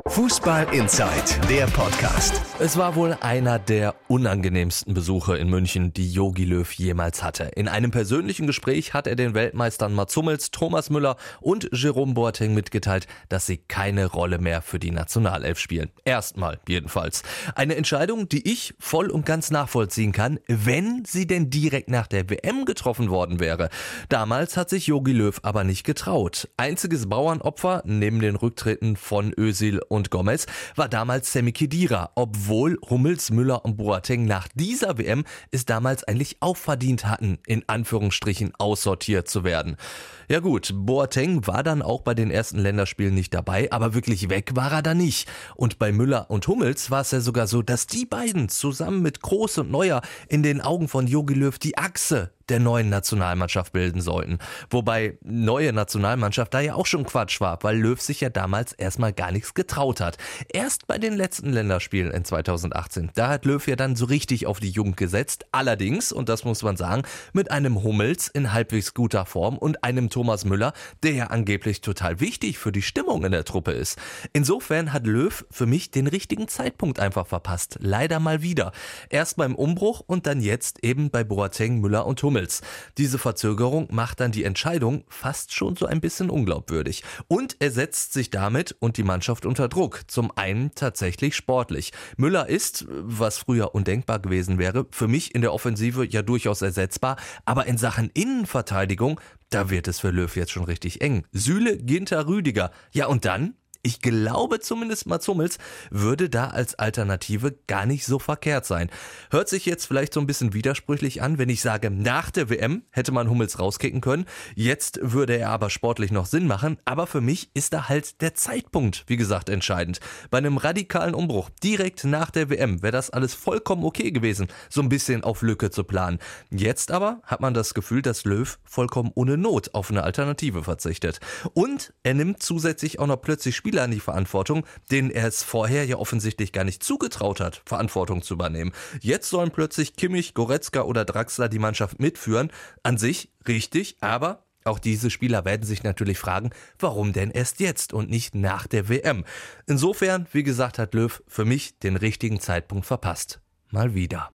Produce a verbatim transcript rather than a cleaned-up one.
Fußball Inside, der Podcast. Es war wohl einer der unangenehmsten Besuche in München, die Jogi Löw jemals hatte. In einem persönlichen Gespräch hat er den Weltmeistern Mats Hummels, Thomas Müller und Jerome Boateng mitgeteilt, dass sie keine Rolle mehr für die Nationalelf spielen. Erstmal jedenfalls. Eine Entscheidung, die ich voll und ganz nachvollziehen kann, wenn sie denn direkt nach der W M getroffen worden wäre. Damals hat sich Jogi Löw aber nicht getraut. Einziges Bauernopfer neben den Rücktritten von Özil und Gomez war damals Sami Khedira, obwohl Hummels, Müller und Boateng nach dieser W M es damals eigentlich auch verdient hatten, in Anführungsstrichen aussortiert zu werden. Ja gut, Boateng war dann auch bei den ersten Länderspielen nicht dabei, aber wirklich weg war er da nicht. Und bei Müller und Hummels war es ja sogar so, dass die beiden zusammen mit Kroos und Neuer in den Augen von Jogi Löw die Achse der neuen Nationalmannschaft bilden sollten. Wobei neue Nationalmannschaft da ja auch schon Quatsch war, weil Löw sich ja damals erstmal gar nichts getraut hat. Erst bei den letzten Länderspielen in zweitausendachtzehn, da hat Löw ja dann so richtig auf die Jugend gesetzt. Allerdings, und das muss man sagen, mit einem Hummels in halbwegs guter Form und einem Thomas Müller, der ja angeblich total wichtig für die Stimmung in der Truppe ist. Insofern hat Löw für mich den richtigen Zeitpunkt einfach verpasst. Leider mal wieder. Erst beim Umbruch und dann jetzt eben bei Boateng, Müller und Hummels. Diese Verzögerung macht dann die Entscheidung fast schon so ein bisschen unglaubwürdig. Und er setzt sich damit und die Mannschaft unter Druck. Zum einen tatsächlich sportlich. Müller ist, was früher undenkbar gewesen wäre, für mich in der Offensive ja durchaus ersetzbar. Aber in Sachen Innenverteidigung, da wird es für Löw jetzt schon richtig eng. Süle, Ginter, Rüdiger. Ja und dann? Ich glaube zumindest Mats Hummels würde da als Alternative gar nicht so verkehrt sein. Hört sich jetzt vielleicht so ein bisschen widersprüchlich an, wenn ich sage, nach der W M hätte man Hummels rauskicken können. Jetzt würde er aber sportlich noch Sinn machen. Aber für mich ist da halt der Zeitpunkt, wie gesagt, entscheidend. Bei einem radikalen Umbruch direkt nach der W M wäre das alles vollkommen okay gewesen, so ein bisschen auf Lücke zu planen. Jetzt aber hat man das Gefühl, dass Löw vollkommen ohne Not auf eine Alternative verzichtet. Und er nimmt zusätzlich auch noch plötzlich Spieler an die Verantwortung, denen er es vorher ja offensichtlich gar nicht zugetraut hat, Verantwortung zu übernehmen. Jetzt sollen plötzlich Kimmich, Goretzka oder Draxler die Mannschaft mitführen. An sich richtig, aber auch diese Spieler werden sich natürlich fragen, warum denn erst jetzt und nicht nach der W M. Insofern, wie gesagt, hat Löw für mich den richtigen Zeitpunkt verpasst. Mal wieder.